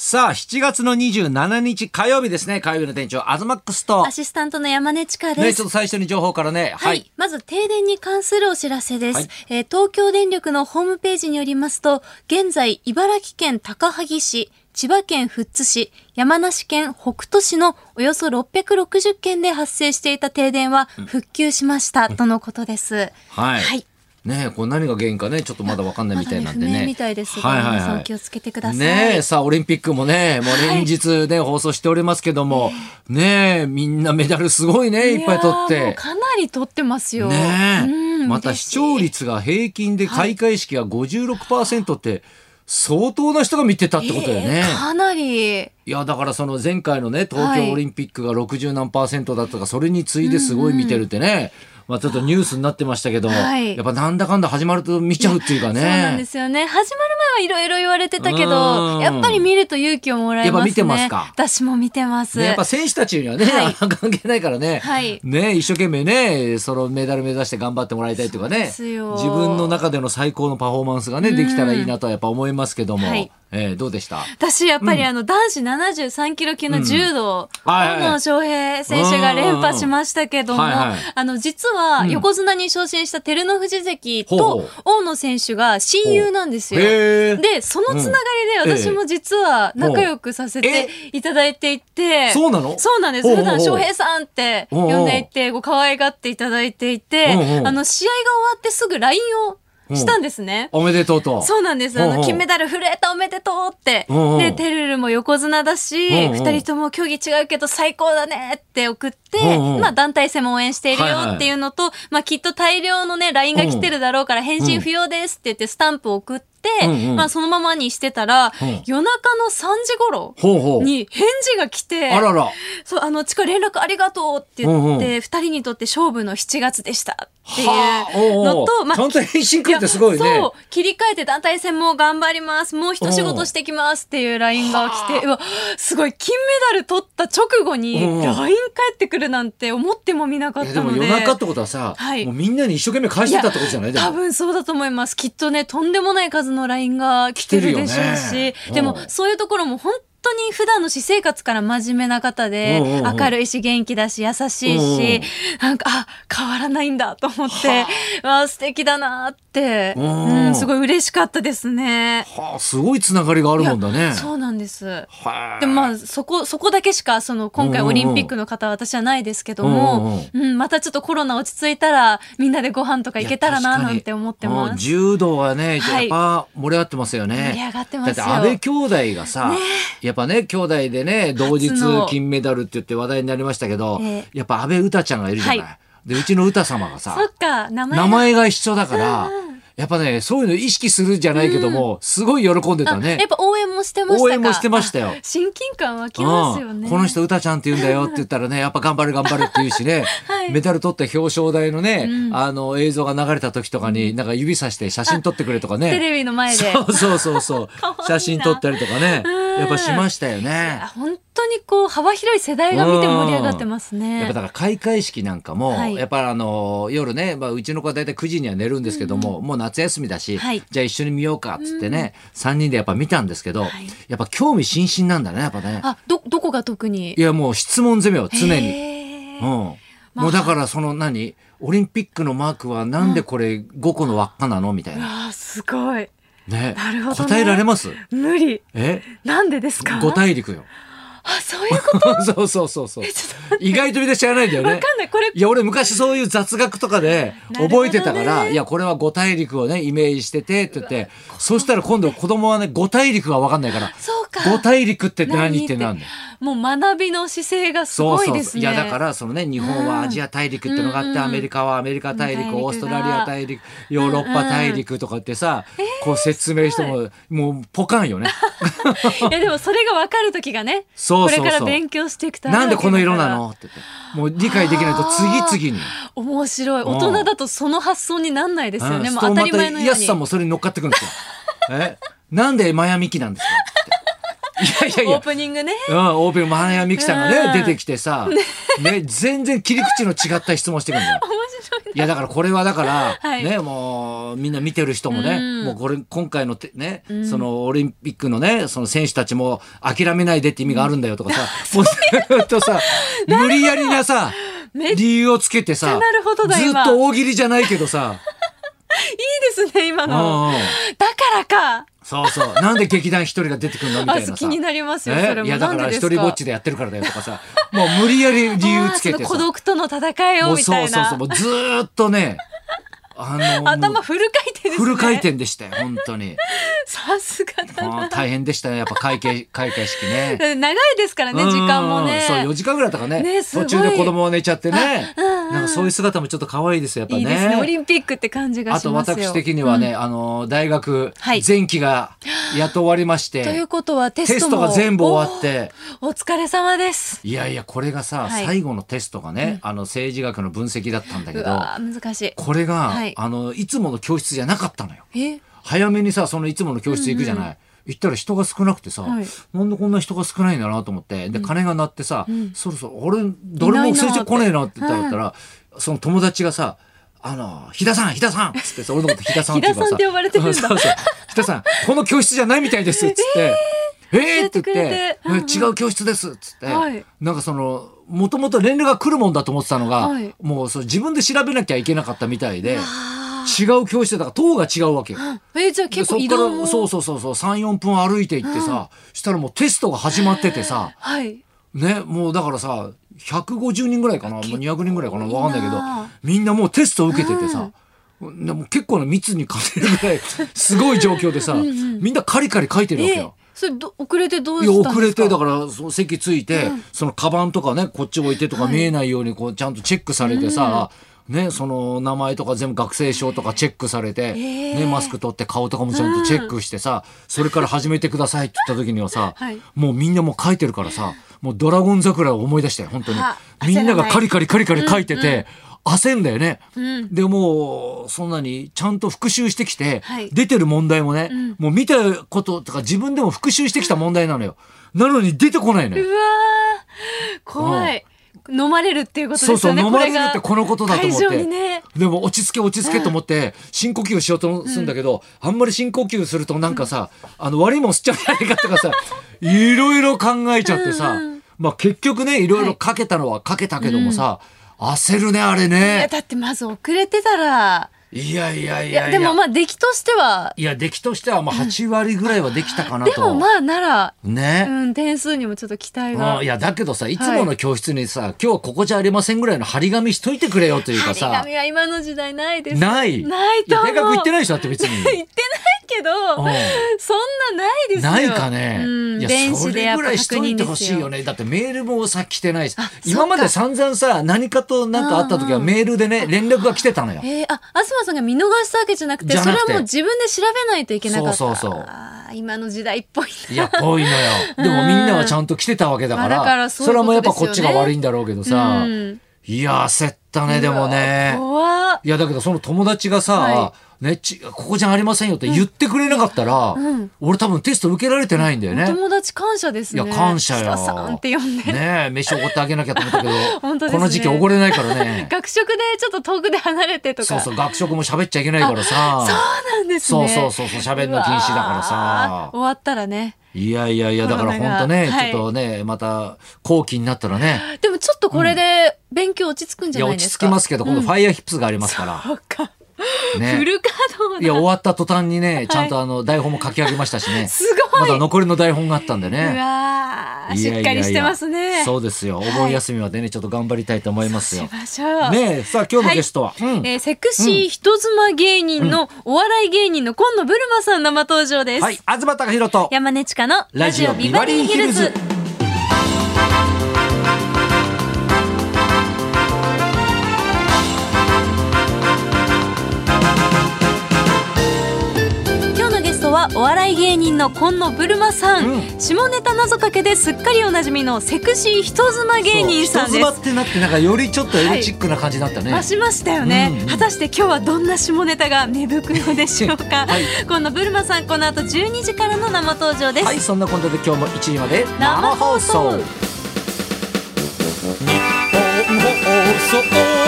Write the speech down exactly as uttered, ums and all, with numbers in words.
さあしちがつのにじゅうしちにち火曜日ですね。火曜日の店長アズマックスとアシスタントの山根千佳です、 ね、ちょっと最初に情報からね、 はい、はい、まず停電に関するお知らせです、はい、えー、東京電力のホームページによりますと、現在茨城県高萩市、千葉県富津市、山梨県北杜市のおよそろっぴゃくろくじゅっけんで発生していた停電は復旧しました、うん、とのことです、うん、 はい、はいねえ、これ何が原因かねちょっとまだ分かんないみたいなんでね、まだね不明みたいですが、はいはいはい、皆さん気をつけてくださいねえ。さあオリンピックもねもう連日ね、はい、放送しておりますけども、ねえみんなメダルすごいね、いっぱい取って、 もうかなり取ってますよ、 ねえ、 うん、 また視聴率が平均で開会式が ごじゅうろくパーセント って相当な人が見てたってことだよね、 えー、かなり。 いやだからその前回のね東京オリンピックがろくじゅうなんパーセントだったか、それに次いですごい見てるってね、うんうん、まあ、ちょっとニュースになってましたけど、はい、やっぱなんだかんだ始まると見ちゃうっていうかね。 そうなんですよね。始まる前はいろいろ言われてたけど、やっぱり見ると勇気をもらえますね。やっぱ見てますか。私も見てます、 ね、やっぱ選手たちにはね、はい、関係ないからね、はい、ね一生懸命ねそのメダル目指して頑張ってもらいたいというかね、自分の中での最高のパフォーマンスがねできたらいいなとはやっぱ思いますけども、はい、えー、どうでした？ 私やっぱりあの、うん、男子ななじゅうさんキロ級の柔道、うん、大野将平選手が連覇しましたけども、はいはい、あの実は横綱に昇進した照ノ富士関と大野選手が親友なんですよ。でそのつながりで私も実は仲良くさせていただいていて、 そうなの？ そうなんです。普段将平さんって呼んでいてご可愛がっていただいていて、あの試合が終わってすぐ ライン をしたんですね。 おめでとうと。 そうなんです。あの金メダル震えたおめでとうって。でテルルも横綱だし、二人とも競技違うけど最高だねって送って、まあ団体戦も応援しているよっていうのと、はいはい、まあきっと大量のね ライン が来てるだろうから返信不要ですって言ってスタンプを送って。うんうん、まあそのままにしてたら、うん、夜中のさんじ頃に返事が来て、 あらら、 そうあのちか連絡ありがとうって言って、うんうん、ふたりにとって勝負のしちがつでしたっていうのと、 まあ、ちゃんと返信来るってすごいね。 そう切り替えて団体戦も頑張ります、もう一仕事してきますっていう ライン が来て、うわすごい金メダル取った直後に ライン 返ってくるなんて思ってもみなかったので。 でも夜中ってことはさ、はい、もうみんなに一生懸命返してたってことじゃない？ 多分そうだと思います。きっとねとんでもない数の ライン が来てるでしょうし、ね、でもそういうところも本当に普段の私生活から真面目な方で、うんうんうん、明るいし元気だし優しいし、うんうん、なんかあ変わらないんだと思って、わあ素敵だなって、うんうん、すごい嬉しかったですね。 はあ、すごいつながりがあるもんだね。 そうなんです。でもまあそこそこだけしかその今回オリンピックの方は私はないですけども、うんうんうん、またちょっとコロナ落ち着いたらみんなでご飯とか行けたらななんて思ってます。 柔道はねやっぱ盛り上がってますよね。 盛り上がってますよ。 だって安倍兄弟がさ、ね、やっぱね兄弟でね同日金メダルって言って話題になりましたけど、えー、やっぱ安倍詩ちゃんがいるじゃない、はい、でうちの詩様がさそっか名前が、 名前が一緒だから、うんうん、やっぱねそういうの意識するじゃないけども、うん、すごい喜んでたね。 やっぱ応援もしてましたか？ 応援もしてましたよ。 親近感湧きますよね。 この人詩ちゃんって言うんだよって言ったらねやっぱ頑張る頑張るって言うしね、はい、メダル取った表彰台のね、うん、あの映像が流れた時とかになんか指さして写真撮ってくれとかね、 テレビの前でそうそうそうそう写真撮ったりとかねやっぱしましたよね。 本当にこう幅広い世代が見て盛り上がってますね。 やっぱだから開会式なんかも、はい、やっぱあの夜ね、まあ、うちの子はだいたいくじには寝るんですけども、うん、もう夏休みだし、はい、じゃあ一緒に見ようかっつってね、うん、さんにんでやっぱ見たんですけど、はい、やっぱ興味津々なんだねやっぱね。 あ ど, どこが特に？ いやもう質問攻めを常に、うん、もうだからその何オリンピックのマークはなんでこれごこの輪っかなのみたいな。 あすごいね、 なるほどね、 答えられます？ 無理。 えなんでですか？ 五大陸よ。 あそういうことそうそうそうそう意外とみんな知らないんだよね。 わかんないこれ。 いや俺昔そういう雑学とかで覚えてたから、いやこれは五大陸をねイメージしててって言って、そうしたら今度子供はね五大陸が分かんないから、 そうか五大陸って何ってなんだよ。 もう学びの姿勢がすごいですね。そうそうそう、いやだからそのね日本はアジア大陸ってのがあって、うん、アメリカはアメリカ大陸、うん、オーストラリア大陸、ヨーロッパ大陸とかってさ、うん、こう説明しても、えー、もうポカンよね。 いやでもそれが分かる時がね、そうそうそう、これから勉強していくためなんでこの色なのって言ってもう理解できないと次々に。 面白い。大人だとその発想になんないですよね、うん、もう当たり前のように。 イエスさんもそれに乗っかってくるんですよ。えなんでマヤミキなんですかっていやいやいやオープニングね、 うん、オープニングマヤミキさんがね、うん、出てきてさ、ね、全然切り口の違った質問してくるんだよ。 面白いいやだからこれはだから、はい、ねもうみんな見てる人もね、うん、もうこれ今回のてね、うん、そのオリンピックのねその選手たちも諦めないでって意味があるんだよとかさ、うん、もうずっとさ無理やりなさ理由をつけてさ、ずっと大喜利じゃないけどさいいですね今の、うん、だからかそうそうなんで劇団一人が出てくるのみたいなさ気になりますよ、それもいやだから一人ぼっちでやってるからだよとかさもう無理やり理由つけてさ孤独との戦いをみたいなそうそうそうもうずーっとねあの頭フル回転ですね。 フル回転でしたよ本当に。 さすがだな。 大変でしたねやっぱ会計開会式ね。 長いですからね時間もね。 そうよじかんぐらいだったからね。ね途中で子供は寝ちゃってね。なんかそういう姿もちょっと可愛いですよやっぱね。 いいですねオリンピックって感じがしますよ。 あと私的にはね、うん、あの大学前期がやっと終わりまして。 ということはテストもテストが全部終わって。 お疲れ様です。 いやいやこれがさ、はい、最後のテストがね、うん、あの政治学の分析だったんだけど。うわ難しい。 これが、はい、あのいつもの教室じゃなかったのよ。 え早めにさそのいつもの教室行くじゃない、うんうん、行ったら人が少なくてさ、はい、なんでこんな人が少ないんだなと思ってで鐘が鳴ってさ、うん、そろそろ俺誰も先生来ねえなって言ったら、うん、その友達がさあの「日田さん日田さん」っつってさ俺のこと日田さんって言うからさ日田さんって呼ばれてるんだそうそう日田さんこの教室じゃないみたいですっつって「えー、えー、って言って「うんうん、違う教室です」っつって、はい、なんかそのもともと連絡が来るもんだと思ってたのが、はい、もうそ自分で調べなきゃいけなかったみたいで。違う教室だから塔が違うわけよ。 えー、じゃあ結構移動もそうそうそうそう さん,よん 分歩いていってさ、うん、したらもうテストが始まっててさ、 はい、 ねもうだからさひゃくごじゅうにんぐらいかなもうにひゃくにんぐらいかな分かんないけどみんなもうテストを受けててさ、うん、でも結構な密に勝てるぐらいすごい状況でさうん、うん、みんなカリカリ書いてるわけよ。 えーそれど遅れてどうしたんですか。 いや遅れてだからその席ついて、うん、そのカバンとかねこっち置いてとか見えないようにこうちゃんとチェックされてさ、うんね、その名前とか全部学生証とかチェックされて、えーね、マスク取って顔とかもちゃんとチェックしてさ、うん、それから始めてくださいって言った時にはさ、はい、もうみんなもう書いてるからさもうドラゴン桜を思い出したよ本当に。みんながカリカリカリカリ書いてて、うんうん焦んだよね、うん、でもうそんなにちゃんと復習してきて、はい、出てる問題もね、うん、もう見たこととか自分でも復習してきた問題なのよ。なのに出てこないのよ。 うわ怖い、うん、飲まれるっていうことですよね。 そうそう飲まれるってこのことだと思って、 ね、 でも落ち着け落ち着けと思って深呼吸しようとするんだけど、うん、あんまり深呼吸するとなんかさ、うん、あの悪いもん吸っちゃうんじゃないかとかさいろいろ考えちゃってさ、うん、まあ結局ねいろいろかけたのはかけたけどもさ、はいうん焦るねあれね。 だってまず遅れてたらいやいやいやいやでもまあ出来としてはいや出来としてはまあはち割ぐらいはできたかなと、 うん、でもまあならね、 うん、点数にもちょっと期待が、 うん、いやだけどさいつもの教室にさ、はい、今日はここじゃありませんぐらいの張り紙しといてくれよというかさ。 張り紙は今の時代ないです。 ないないと思う。 いや大学行ってないでしょだって別に行ってないけど、うん、そんなないですよ。 ないかね、 うん、いや電子でやっぱ確認ですよ。それぐらいしといてほしいよね。だってメールもさ来てないし今まで散々さ何かと何かあった時はメールでね連絡が来てたのよ。えー、あ東さんが見逃したわけじゃなくてそれはもう自分で調べないといけなかった。 そうそうそうあ今の時代っぽいいやぽいのよ。でもみんなはちゃんと来てたわけだから、まあ、だからそういうことですよね。それはもうやっぱこっちが悪いんだろうけどさ、うん、いや焦ったねでもね。 怖いやだけどその友達がさ、はいね、ちここじゃありませんよって言ってくれなかったら、うん、俺多分テスト受けられてないんだよね。 友達感謝ですね。 いや感謝よ。 下さんって呼んでね飯おごってあげなきゃと思ったけど本当です、ね、この時期おごれないからね学食でちょっと遠くで離れてとかそうそう学食も喋っちゃいけないからさそうなんですね。 そうそうそう喋るの禁止だからさ終わったらねいやいやいやだから本当ね、はい、ちょっとねまた後期になったらねでもちょっとこれで勉強落ち着くんじゃないですか。 いや落ち着きますけど今度ファイヤーヒップスがありますから、 うん、そうかね、フル稼働だ。 いや終わった途端にねちゃんとあの台本も書き上げましたしねすごいまだ残りの台本があったんでね。 うわしっかりしてますね。いやいやいやそうですよお盆休みまでねちょっと頑張りたいと思いますよ。 そうしましょうね。さあ今日のゲストは、はいうんえー、セクシー人妻芸人の、うん、お笑い芸人の今野ブルマさん生登場です。 はい東貴博と山根千佳のラジオビバリーヒルズ。お笑い芸人の今野ブルマさん、うん、下ネタ謎かけですっかりおなじみのセクシー人妻芸人さんです。 人妻ってなってなんかよりちょっとエロチックな感じになったね、 はい、増しましたよね、うんうん、果たして今日はどんな下ネタが芽吹くのでしょうか、はい、今野ブルマさんこの後じゅうにじからの生登場です。 はいそんなことで今日もいちじまで生放送日本放送